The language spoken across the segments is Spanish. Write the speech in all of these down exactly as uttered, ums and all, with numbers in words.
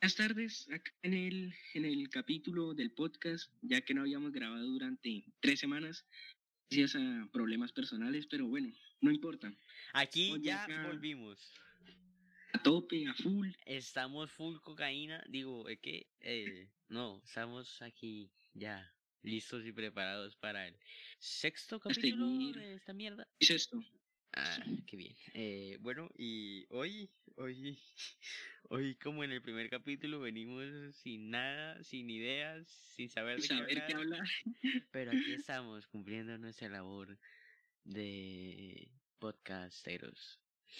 Buenas tardes, acá en el, en el capítulo del podcast, ya que no habíamos grabado durante tres semanas, gracias a problemas personales, pero bueno, no importa. Aquí Oye, ya acá volvimos. a tope, a full. Estamos full cocaína. Digo, ¿es que? Eh, no, estamos aquí ya listos y preparados para el sexto A capítulo seguir. de esta mierda. ¿Qué es esto? Ah, qué bien. Eh, bueno, y hoy, hoy, hoy como en el primer capítulo venimos sin nada, sin ideas, sin saber de qué Saber qué hablar. hablar. Pero aquí estamos cumpliendo nuestra labor de podcasteros.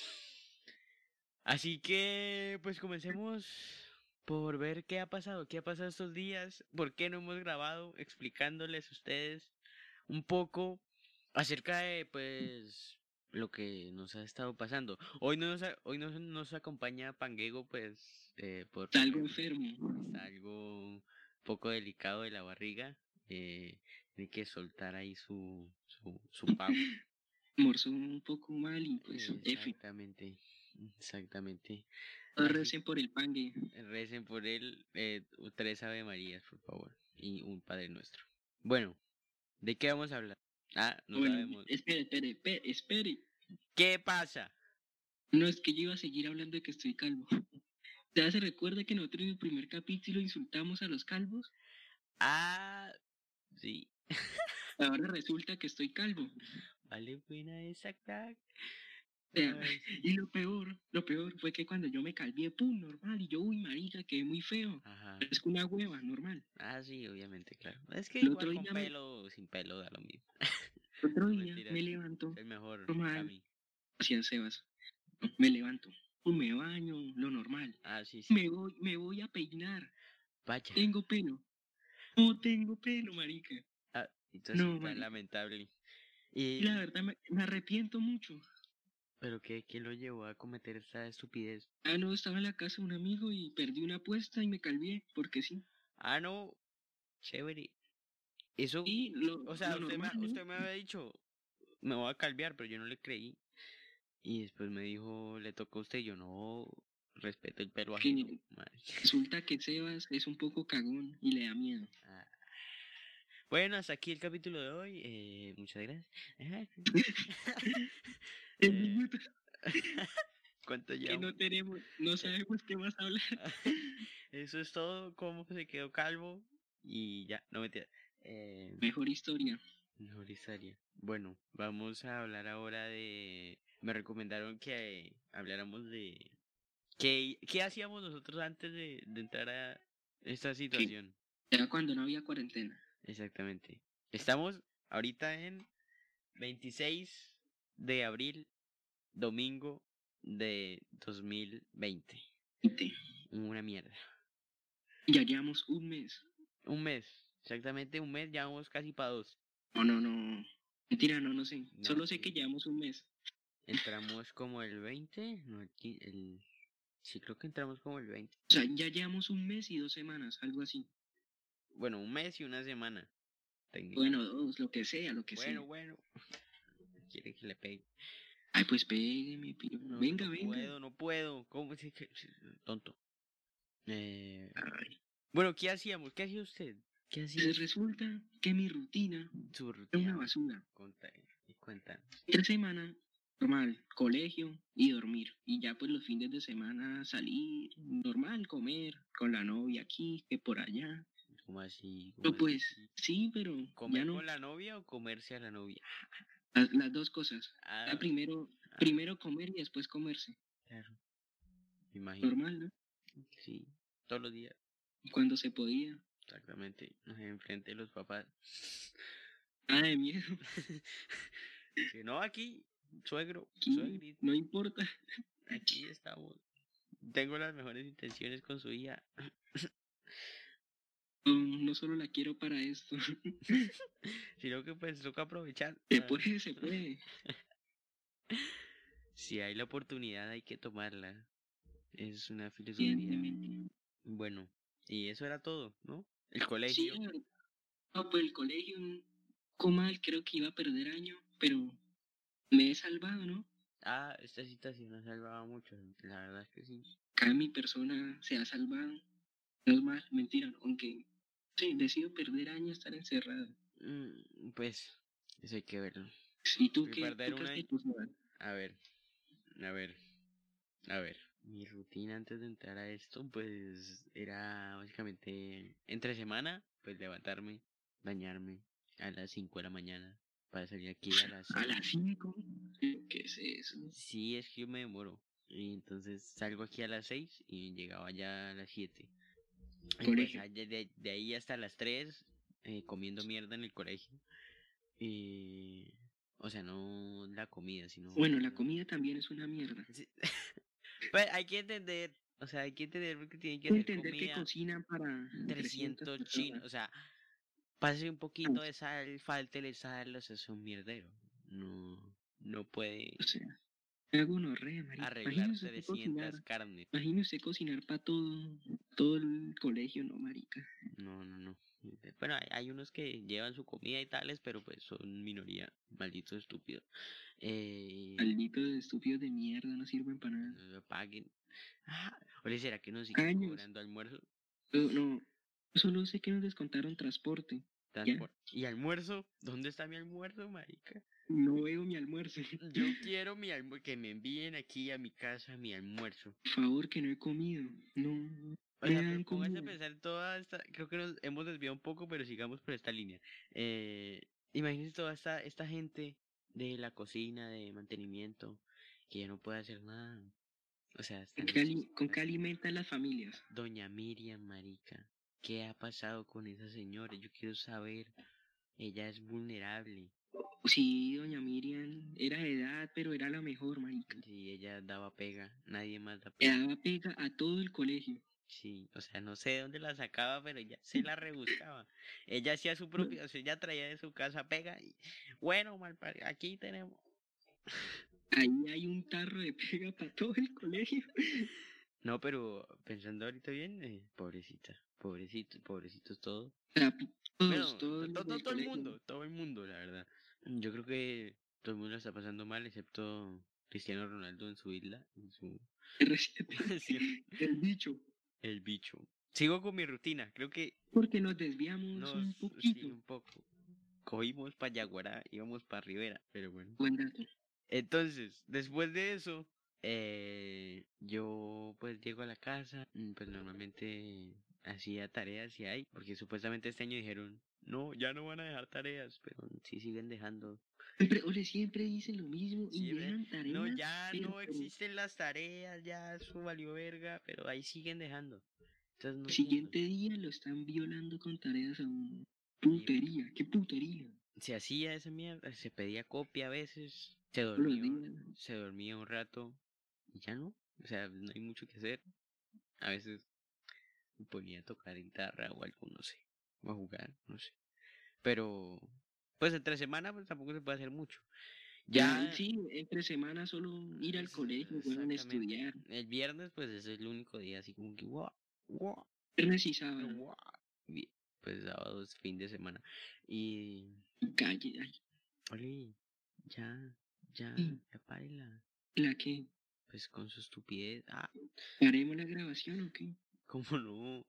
Así que, pues comencemos por ver qué ha pasado, qué ha pasado estos días, por qué no hemos grabado, explicándoles a ustedes un poco acerca de, pues, lo que nos ha estado pasando. Hoy no nos, a- hoy no nos acompaña Panguego, pues, eh, por Está algo problemas. enfermo. Está algo un poco delicado de la barriga. Eh, tiene que soltar ahí su, su, su pavo. Morzó un poco mal y pues F. Exactamente, exactamente. Todos Así recen por el pangue. recen por él eh, tres Ave Marías, por favor, y un Padre Nuestro. Bueno, ¿de qué vamos a hablar? Ah, no Bueno, sabemos. espere, espere, espere, espere. ¿Qué pasa? No, es que yo iba a seguir hablando de que estoy calvo. ¿Ya se recuerda que nosotros en el primer capítulo insultamos a los calvos? Ah, sí. Ahora resulta que estoy calvo. Vale, buena exacta. O sea, Ay, sí. y lo peor, lo peor fue que cuando yo me calvié, pum, normal, y yo, uy, marica, quedé muy feo. Ajá. Es que una hueva, normal. Ah, sí, obviamente, claro. Es que El igual otro con día me, pelo o sin pelo da lo mismo. el otro No día mentiras. me levanto, Es el mejor, normal, Cami. hacia Sebas, me levanto, pum, me baño, lo normal. Ah, sí, sí. Me voy, me voy a peinar. Vaya. Tengo pelo. No tengo pelo, marica. Ah, entonces sí, No, tan marica. lamentable. Y la Y, verdad me, me arrepiento mucho. ¿pero qué, qué lo llevó a cometer esta estupidez? Ah, no, estaba en la casa de un amigo y perdí una apuesta y me calvié, porque sí. Ah, no, chévere. Eso, Y lo, o sea, lo usted me, normal, ¿no? usted me había dicho, me voy a calviar, pero yo no le creí. Y después me dijo, le tocó a usted, y yo no, respeto el pelo ajeno. Que Madre. resulta que Sebas es un poco cagón y le da miedo. Ah. Bueno, hasta aquí el capítulo de hoy. Eh, muchas gracias. En Eh, minutos ¿Cuánto que llevamos? no tenemos, no Eh, sabemos qué más hablar. Eso es todo, cómo se quedó calvo. Y ya, no me Eh, Mejor historia. Mejor historia. Bueno, vamos a hablar ahora de... Me recomendaron que habláramos de... ¿Qué, qué hacíamos nosotros antes de, de entrar a esta Que situación? era cuando no había cuarentena. Exactamente. Estamos ahorita en veintiséis de abril, domingo de dos mil veinte. Gente, Una mierda. ya llevamos un mes. Un mes. Exactamente un mes, ya vamos casi para dos. No, no, no. Mentira, no, no sé. No, Solo sé que sí. llevamos un mes. Entramos como el veinte. No, el, qui- el... Sí, creo que entramos como el veinte. O sea, ya llevamos un mes y dos semanas, algo así. Bueno, un mes y una semana, Bueno, técnicamente. dos, lo que sea, lo que sea. Bueno, bueno. Quiere que le pegue. Ay, pues pégueme, pillo. No, Venga, no venga. puedo, no puedo. ¿Cómo es que... Tonto. Eh... Ay, Bueno, ¿qué hacíamos? ¿Qué hacía usted? ¿Qué hacía pues resulta que mi rutina su es rutina? una A ver, basura. conta, y cuéntanos. Entre semana, normal, colegio y dormir. Y ya pues los fines de semana salir, normal, comer con la novia aquí, que por allá. ¿Cómo así? ¿Cómo Pero pues así? sí, pero ya ¿Comer no. con la novia o comerse a la novia? Las, las dos cosas. Ya Ah, primero, ah, primero comer y después comerse. claro, me imagino. Normal, ¿no? Sí, todos los días, Cuando se podía. exactamente. Enfrente de los papás. Nada de miedo. Si no, aquí, suegro, Aquí suegrito, no importa. aquí estamos. Tengo las mejores intenciones con su hija. No, no solo la quiero para esto. Sino que pues toca aprovechar. Se Ah. puede, se puede. Si hay la oportunidad hay que tomarla. Es una filosofía. Evidentemente. Bueno, y eso era todo, ¿no? El Sí, colegio. la verdad. No, pues el colegio, un poco mal, creo que iba a perder año, pero me he salvado, ¿no? Ah, esta situación nos salvaba mucho. La verdad es que sí. Cada mi persona se ha salvado. No es mal, mentira, aunque sí, decido perder años estar encerrado. Mm, pues, eso hay que verlo. ¿Y tú Porque qué? perder ¿Tú qué un has año. hecho, Sebas? A ver, a ver, a ver. Mi rutina antes de entrar a esto, pues, era básicamente entre semana, pues levantarme, bañarme a las cinco de la mañana para salir aquí a las ¿A las seis. cinco? ¿Qué es eso? Sí, es que yo me demoro. Y entonces salgo aquí a las seis y llegaba ya a las siete. Y pues Colegio. ah, de, de- de ahí hasta las tres eh, comiendo mierda en el colegio. Y, o sea, no la comida, sino Bueno, la pues, comida también es una mierda. sí. Pues hay que entender, o sea, hay que entender porque tienen que Puedo hacer entender que comida cocinan para trescientas trescientos chinos. personas. O sea, pase un Ah, poquito de sal, fáltele sal, o sea, es un mierdero. No, no puede o sea, me hago gonorrea, marica. arreglar Imagínese usted trescientas cocinar. carnes. Imagínese usted cocinar para todo, todo el colegio, no, marica. No, no, no. Bueno, hay, hay unos que llevan su comida y tales, pero pues son minoría, malditos estúpidos. Eh, Malditos estúpidos de mierda, no sirven para nada. no lo paguen. Ah, oye, ¿será que nos siguen Años. cobrando almuerzo? No, no, solo sé que nos descontaron transporte. Ya, Transporte. ¿Y almuerzo? ¿Dónde está mi almuerzo, marica? no veo mi almuerzo. Yo quiero mi almuerzo, que me envíen aquí a mi casa mi almuerzo. Por favor, que no he comido. No, O me sea, pero dan póngase a comida. pensar toda esta, creo que nos hemos desviado un poco, pero sigamos por esta línea. Eh, imagínense toda esta, esta gente de la cocina, de mantenimiento, que ya no puede hacer nada. O sea, ¿Con están qué, ali- con qué desesperados. alimentan las familias? Doña Miriam, marica, ¿qué ha pasado con esa señora? Yo quiero saber. Ella es vulnerable. Sí, doña Miriam era de edad, pero era la mejor, marica. Sí, ella daba pega, nadie más da Le pega. daba pega a todo el colegio. Sí, o sea, no sé de dónde la sacaba, pero ella se la rebuscaba. Ella hacía su No, propia, o sea, ella traía de su casa pega y, bueno, mal aquí tenemos. ahí hay un tarro de pega para todo el colegio. No, pero pensando ahorita bien, eh, pobrecita, pobrecitos, pobrecitos todos. Para todos, Bueno, todos to- los to- to- del todo el colegio. mundo, todo el mundo, la verdad. Yo creo que todo el mundo la está pasando mal, excepto Cristiano Ronaldo en su isla, en su... R siete, sí, el bicho. el bicho. Sigo con mi rutina, creo que Porque nos desviamos nos, un sí, poquito. un poco. Cogimos para Yaguará, íbamos para Rivera, pero bueno. Buen dato. Entonces, después de eso, eh, yo pues llego a la casa, mm, pues normalmente hacía tareas y hay, porque supuestamente este año dijeron, no, ya no van a dejar tareas, pero sí siguen dejando. Siempre, ole, siempre dicen lo mismo y Sí, ve, dejan no, tareas, ya pero, no pero existen las tareas, ya eso valió verga, pero ahí siguen dejando. Entonces no el entiendo. siguiente día lo están violando con tareas a uno. Y Putería, qué putería. se hacía esa mierda, se pedía copia a veces, se Todos los dormía, días. se dormía un rato y ya no, o sea, no hay mucho que hacer. A veces me ponía a tocar guitarra o algo, no sé, o a jugar, no sé. Pero, pues entre semana pues tampoco se puede hacer mucho. Ya, Ya, sí, entre semanas solo ir al es- colegio, weón, exactamente, estudiar. el viernes pues es el único día así como que, guau, guau, Viernes y sábado. guau, y, pues sábado es fin de semana. Y, Y calle, ay, ole, ya, ya, sí, ya párela. ¿la qué? Pues con su estupidez. Ah, ¿Haremos la grabación o qué? ¿cómo no?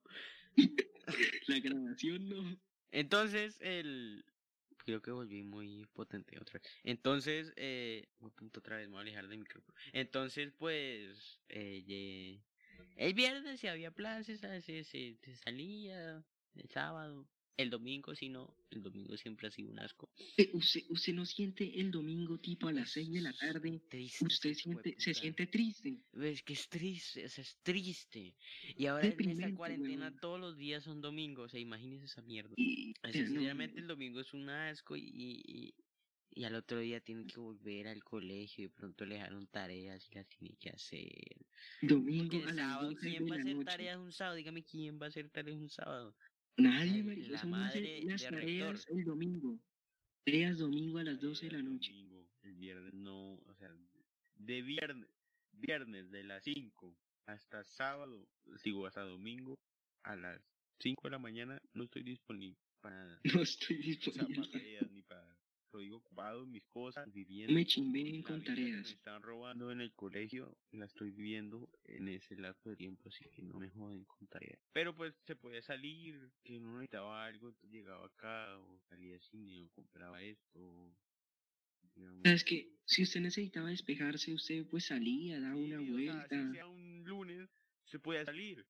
La grabación no. Entonces, el... Creo que volví muy potente otra vez. Entonces, eh... oh, puta, otra vez me voy a alejar del micrófono. Entonces, pues... Eh, ye- el viernes si había plan, se, sa- se, se, se salía. El sábado. El domingo, si no. El domingo siempre ha sido un asco. Eh, Usted, usted no siente el domingo tipo a las seis de la Es tarde, triste ese usted hijo de siente, se puta. siente triste, Ves que es triste, o sea, es triste. Y ahora en esta deprimente, cuarentena weón. todos los días son domingos, o sea, imagínense esa mierda. Y, O sea, eh, no, sinceramente el domingo es un asco y, y, y al otro día tienen que volver al colegio y de pronto le dejaron tareas y las tienen que hacer. Porque domingo el a las sábado, doce ¿quién de va a la hacer noche. tareas un sábado? Dígame quién va a hacer tareas un sábado. Nadie, El- marica, la eso uno hace madre las de rector. tareas el domingo. Tareas domingo a las doce de Tareas la noche. domingo, el viernes no, o sea, de viernes, viernes de las cinco hasta sábado, digo hasta domingo a las cinco de la mañana no estoy disponible para nada. No estoy O sea, para disponible. tareas ni para... Estoy ocupado en mis cosas, No me viviendo. chimbeen La con vida que me tareas. están robando en el colegio la estoy viviendo en ese lapso de tiempo, así que no me joden con tareas. Pero pues se podía salir, que uno necesitaba algo, entonces llegaba acá, o salía al cine, o compraba esto, sea, es digamos. que si usted necesitaba despejarse, usted pues salía, daba una Sí, o sea, vuelta. así sea un lunes, se podía salir.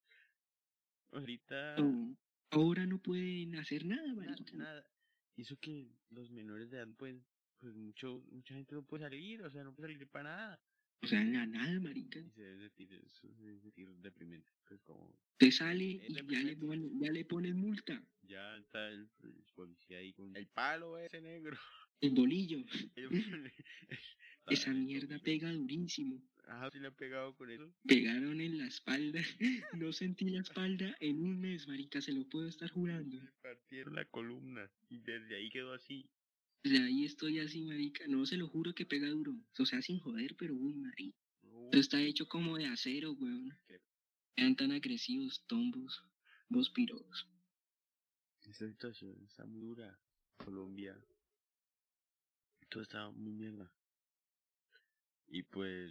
O Ahorita, ahora no pueden hacer nada, na- marica. nada. Y eso que los menores de edad, pues, pues mucho, mucha gente no puede salir, o sea, no puede salir para nada. O sea, nada, nada, marica. Y se debe sentir, eso se debe sentir deprimente. Pues como, Usted sale es y ya le deprimente. ponen, ya le ponen multa. Ya está el, el policía ahí con el palo ese negro. El bolillo. Estaba Esa en el mierda tobillo. pega durísimo. Ah, sí le ha pegado con eso. Pegaron en la espalda. No sentí la espalda en un mes, marica, se lo puedo estar jurando. Le partieron la columna y desde ahí quedó así. De ahí estoy así, marica. No, se lo juro que pega duro. O sea, sin joder, pero uy, marica. Esto No, está hecho como de acero, weón. que Eran tan agresivos, tombos, vos piros. esa situación está muy dura. Colombia, todo está muy mierda. Y pues,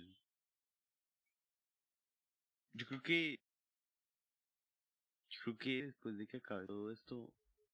yo creo que, yo creo que después de que acabe todo esto,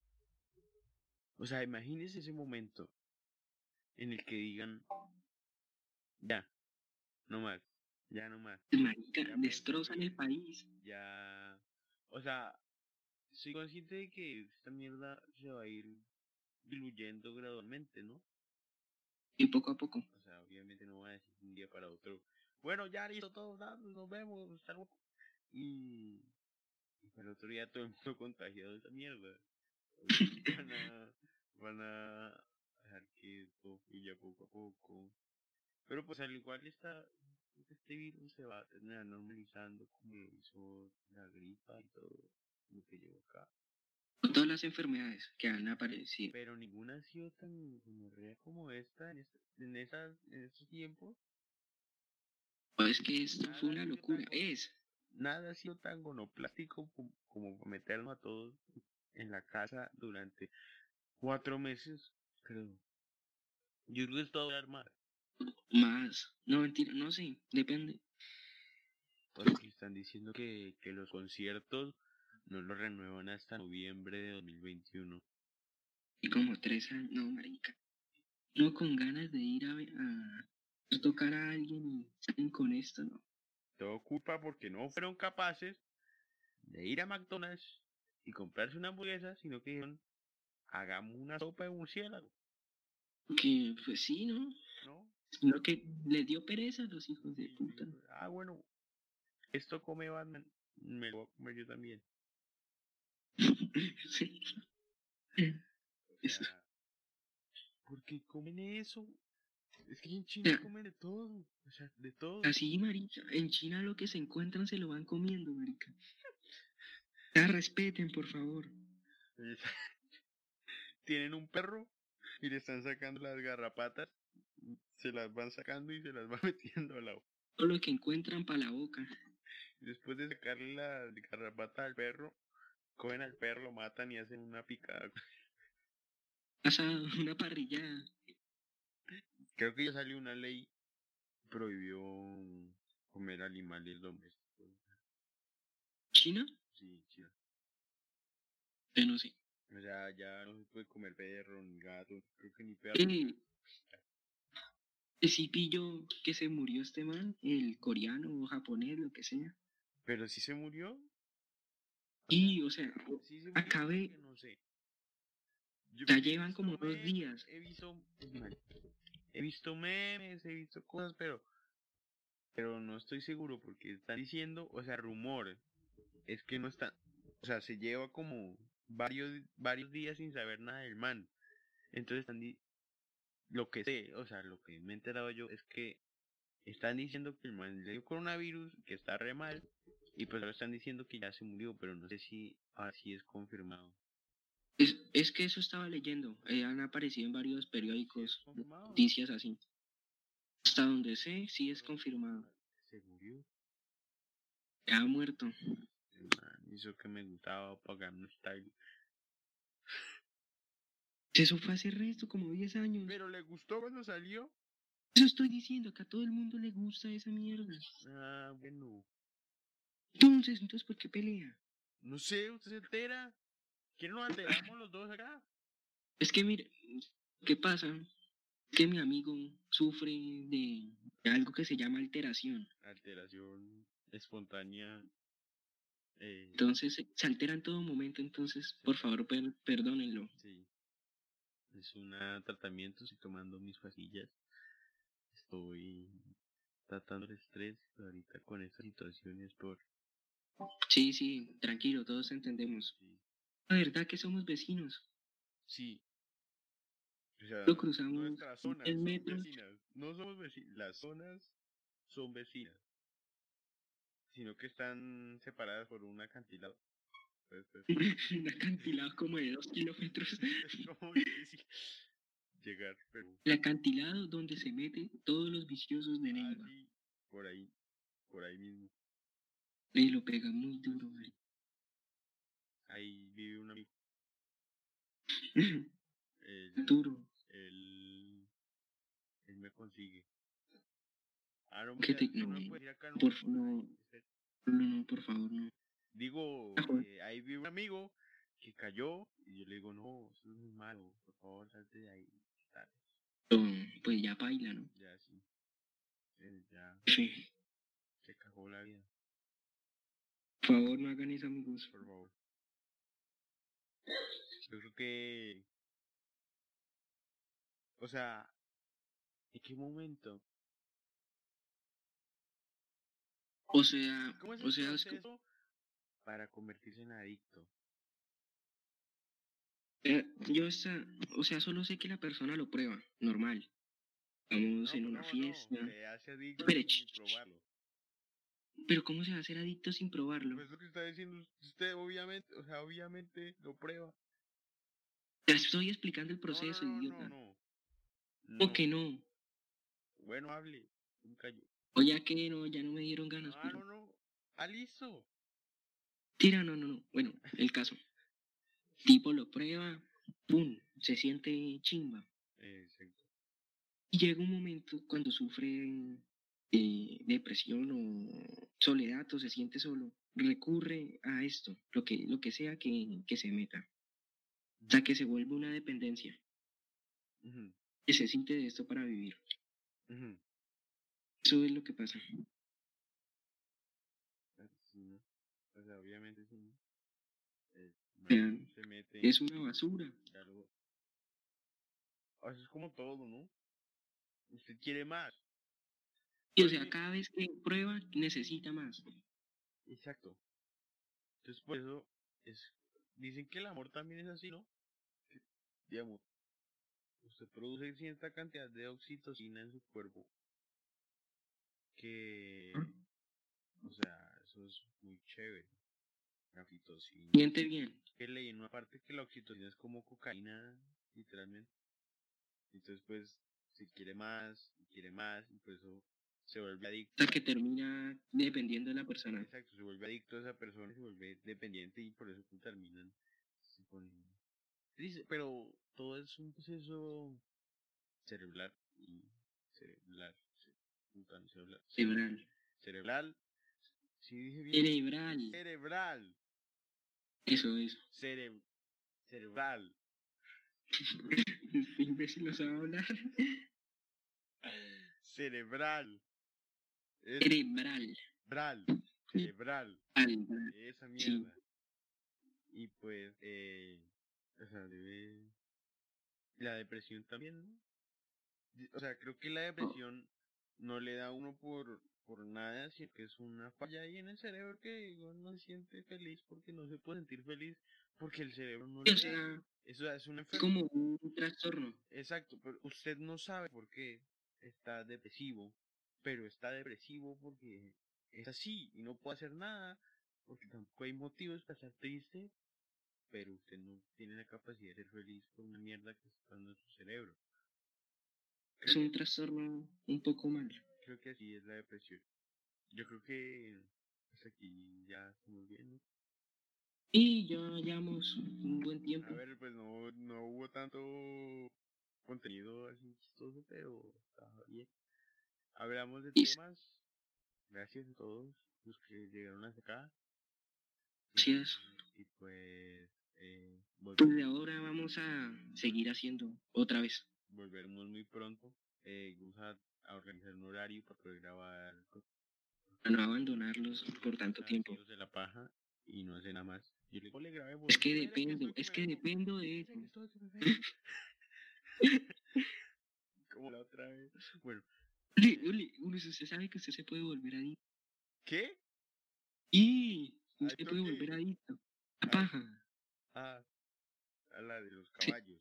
o sea, imagínese ese momento en el que digan, ya, no más, ya no más, Marica, ya pueden destrozan el salir, país. ya, o sea, soy consciente de que esta mierda se va a ir diluyendo gradualmente, ¿no? Y poco a poco. O sea, obviamente no va a decir de un día para otro, bueno, ya listo todo, dale, nos vemos, hasta luego. Y, y para el otro día todo el mundo contagiado de esa mierda. Obviamente van a, van a dejar que esto fluya poco a poco. Pero pues al igual está, este virus se va a terminar normalizando como lo hizo la gripa y todo lo que llegó acá. Todas las enfermedades que han aparecido. Pero ninguna ha sido tan gonorrea como esta en, esta, en, esas, en estos tiempos. No, es que esto fue Nada ha una sido locura. tan, gono, Es. nada ha sido tan gonoplástico como, como meternos a todos en la casa durante cuatro meses, creo. Yo creo que esto va a durar más. Más. No, mentira, no sé. Depende. Porque están diciendo que, que los conciertos no los renuevan hasta noviembre de dos mil veintiuno. Y como tres años. No, marica. No con ganas de ir a, a tocar a alguien y salen con esto, ¿no? Todo culpa porque no fueron capaces de ir a McDonald's y comprarse una hamburguesa, sino que dijeron, hagamos una sopa de murciélago, Que, pues sí, ¿no? ¿no? Lo que les dio pereza a los hijos de Y puta. dijo, ah, bueno, esto come Batman, me lo voy a comer yo también. Sí. O Eso. sea, ¿por qué comen eso? Es que en O China sea, comen de todo, o sea, de todo. así, marica. En China lo que se encuentran se lo van comiendo, marica. Ya respeten, por favor. Tienen un perro y le están sacando las garrapatas, se las van sacando y se las van metiendo a la boca. Todo lo que encuentran para la boca. Después de sacarle la garrapata al perro, cogen al perro, lo matan y hacen una picada. Asado, una parrillada. Creo que ya salió una ley que prohibió comer animales domésticos. ¿China? Sí, sí. Yo no sé. O sea, ya no se puede comer perro ni gato, creo que ni perro. Eh, sí pillo que se murió este man, el coreano o japonés, lo que sea. Pero sí se murió. O sea, Y, o sea, sí se murió acabé, porque no sé. Yo ya he llevan visto como dos memes, días. he visto, he visto memes, he visto cosas, pero, pero no estoy seguro porque están diciendo, o sea, rumor, es que no está, o sea, se lleva como varios, varios días sin saber nada del man. Entonces están di- lo que sé, o sea, lo que me he enterado yo es que están diciendo que el man le dio coronavirus, que está re mal, y pues ahora están diciendo que ya se murió, pero no sé si así es confirmado. Es, es que eso estaba leyendo. Eh, han aparecido en varios ¿Sí es periódicos confirmado? noticias así. Hasta donde sé, sí es Pero, confirmado. se murió. Ya ha muerto. El man hizo que me gustaba Gangnam Style. Eso fue hace resto, como diez años. Pero le gustó cuando salió. Eso estoy diciendo, que a todo el mundo le gusta esa mierda. Ah, bueno. Entonces, entonces, ¿por qué pelea? No sé, usted se altera. ¿Quién nos alteramos los dos acá? Es que mire, ¿qué pasa? Que mi amigo sufre de algo que se llama alteración. Alteración espontánea. Eh, Entonces se se altera en todo momento, entonces por favor per- perdónenlo. sí. Es un tratamiento, estoy tomando mis pastillas. Estoy tratando el estrés ahorita con estas situaciones por... Sí, sí, tranquilo, todos entendemos. Sí. La verdad que somos vecinos. Sí. O sea, Lo cruzamos nuestras zonas el son metro. vecinas. No somos vecinas. Las zonas son vecinas. Sino que están separadas por un acantilado. Entonces, pues, Un acantilado como de dos kilómetros. es como difícil llegar, pero El acantilado donde se meten todos los viciosos de Neiva. así, por ahí, por ahí mismo. Y lo pega muy duro, marica. Ahí vive un amigo. Él, Duro. él, él me consigue. Ah, no, Que mira, te... usted No, no me puede decir acá, no, por, por no, ahí. Espera. no, no, por favor, no. Digo, Ah, joder. eh, ahí vi un amigo que cayó y yo le digo, no, eso es muy malo, por favor, salte de ahí. Tal. Pero, pues ya baila, ¿no? Ya sí, él ya Sí. se cagó la vida, Por favor, no hagan eso, amigos. por favor. Yo creo que, o sea, ¿en qué momento? O sea, ¿Cómo es o el sea, es que- proceso para convertirse en adicto? eh, yo esa, o sea, solo sé que la persona lo prueba, normal. Estamos No, en pues una no, no, fiesta. se hace adicto Espere, sin ch, ch, ch. probarlo. Pero ¿cómo se va a hacer adicto sin probarlo? Pues lo que está diciendo usted, obviamente, o sea, obviamente lo prueba. Te estoy explicando el No, no, proceso, no, no, idiota. no. ¿Cómo No. que no? Bueno, hable. Un callo. O ya que no, ya no me dieron ganas, No, pero... no, no. Ah, listo. Tira, no, no, no. Bueno, el caso. Tipo lo prueba, ¡pum! Se siente chimba. Exacto. Y llega un momento cuando sufre eh, depresión o soledad o se siente solo, recurre a esto, lo que, lo que sea que, que se meta. O sea, que se vuelve una dependencia, Ujú, que se siente de esto para vivir. ujú. Eso es lo que pasa. Ah, sí, ¿no? O sea, obviamente sí, ¿no? Eh, O sea, man, se mete, es una basura. ya lo... O sea, es como todo, ¿no? Usted quiere más. Y o Por sea, eso, cada vez que prueba, necesita más. exacto. Entonces, por eso, es... dicen que el amor también es así, ¿no? Que, digamos, usted produce cierta cantidad de oxitocina en su cuerpo que, o sea, eso es muy chévere. La oxitocina. Siente bien. Que leí en una parte que la oxitocina es como cocaína, literalmente. Entonces, pues, si quiere más, y quiere más, y por eso se vuelve adicto. Hasta que termina dependiendo de la persona. Exacto, se vuelve adicto a esa persona, se vuelve dependiente y por eso pues, terminan. Se ponen... Dice, pero todo es un proceso cerebral y cerebral, ce- puta, no cerebral, cere- Cerebral. cerebral, si dije bien, Cerebral. cerebral, Eso es. cere- cerebral, Este imbécil no sabe hablar. cerebral, es Cerebral. bral, cerebral, Cerebral. esa Sí. mierda. Y pues, eh, o sea, debe... La depresión también, ¿no? Di- O sea, creo que la depresión no le da a uno por, por nada, sino que es una falla ahí en el cerebro que igual no se siente feliz porque no se puede sentir feliz porque el cerebro no O le da. sea, Eso es una es enfermedad. como un trastorno. Exacto, pero usted no sabe por qué está depresivo, pero está depresivo porque es así y no puede hacer nada, porque tampoco hay motivos para estar triste, pero usted no tiene la capacidad de ser feliz por una mierda que está pasando en su cerebro. Es Creo que, un trastorno un poco mal. creo que así es la depresión. Yo creo que hasta aquí ya estamos bien, ¿no? Y ya llevamos un buen tiempo. A ver, pues no, no hubo tanto contenido así chistoso, pero estaba bien. Hablamos de Y temas. Gracias a todos los que llegaron hasta acá. Así es. Y pues, eh, Pues volvemos, de ahora vamos a seguir haciendo otra vez. volveremos muy pronto. Eh, vamos a, a organizar un horario para poder grabar. Pues, Para no abandonarlos por tanto a tiempo. vestidos de la paja y no hace nada más. Y le, le grabemos. Es que Espere, que dependo, estoy que es me que veo. dependo de Espere, que eso. estoy que me veo. Como la otra vez. Bueno, Uli, Uli, Uli, usted sabe que usted se puede volver adicto. ¿qué? Y usted ¿Adicto puede qué? volver adicto. La Ay, paja. ah, a la de los Sí. caballos.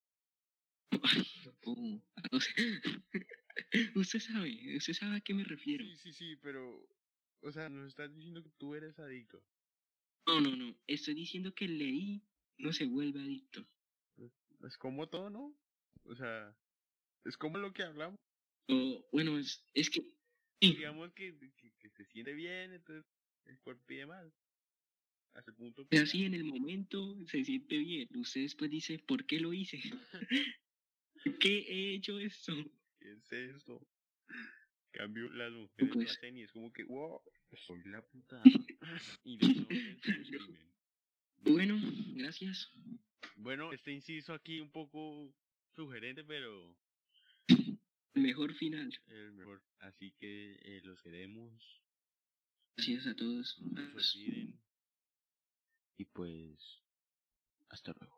Oh, o sea, usted sabe, usted sabe a qué me refiero. Sí, sí, sí, pero, o sea, nos estás diciendo que tú eres adicto. No, no, no. Estoy diciendo que leí no se vuelve adicto. Pues, es como todo, ¿no? O sea, es como lo que hablamos. O, bueno, es, es que sí, Digamos que, que, que se siente bien, entonces el cuerpo pide más. Hasta el punto que pero ya. así en el momento se siente bien. Usted después dice, ¿por qué lo hice? ¿Por qué he hecho esto? ¿Qué es esto? Cambio, las Y mujeres lo pues, hacen y es como que, wow, soy la puta ama. Y los hombres se deprimen. bueno, gracias. Bueno, este inciso aquí un poco sugerente, pero Mejor final. el mejor. Así que eh, los queremos. Gracias a todos. No se olviden. Y pues, hasta luego.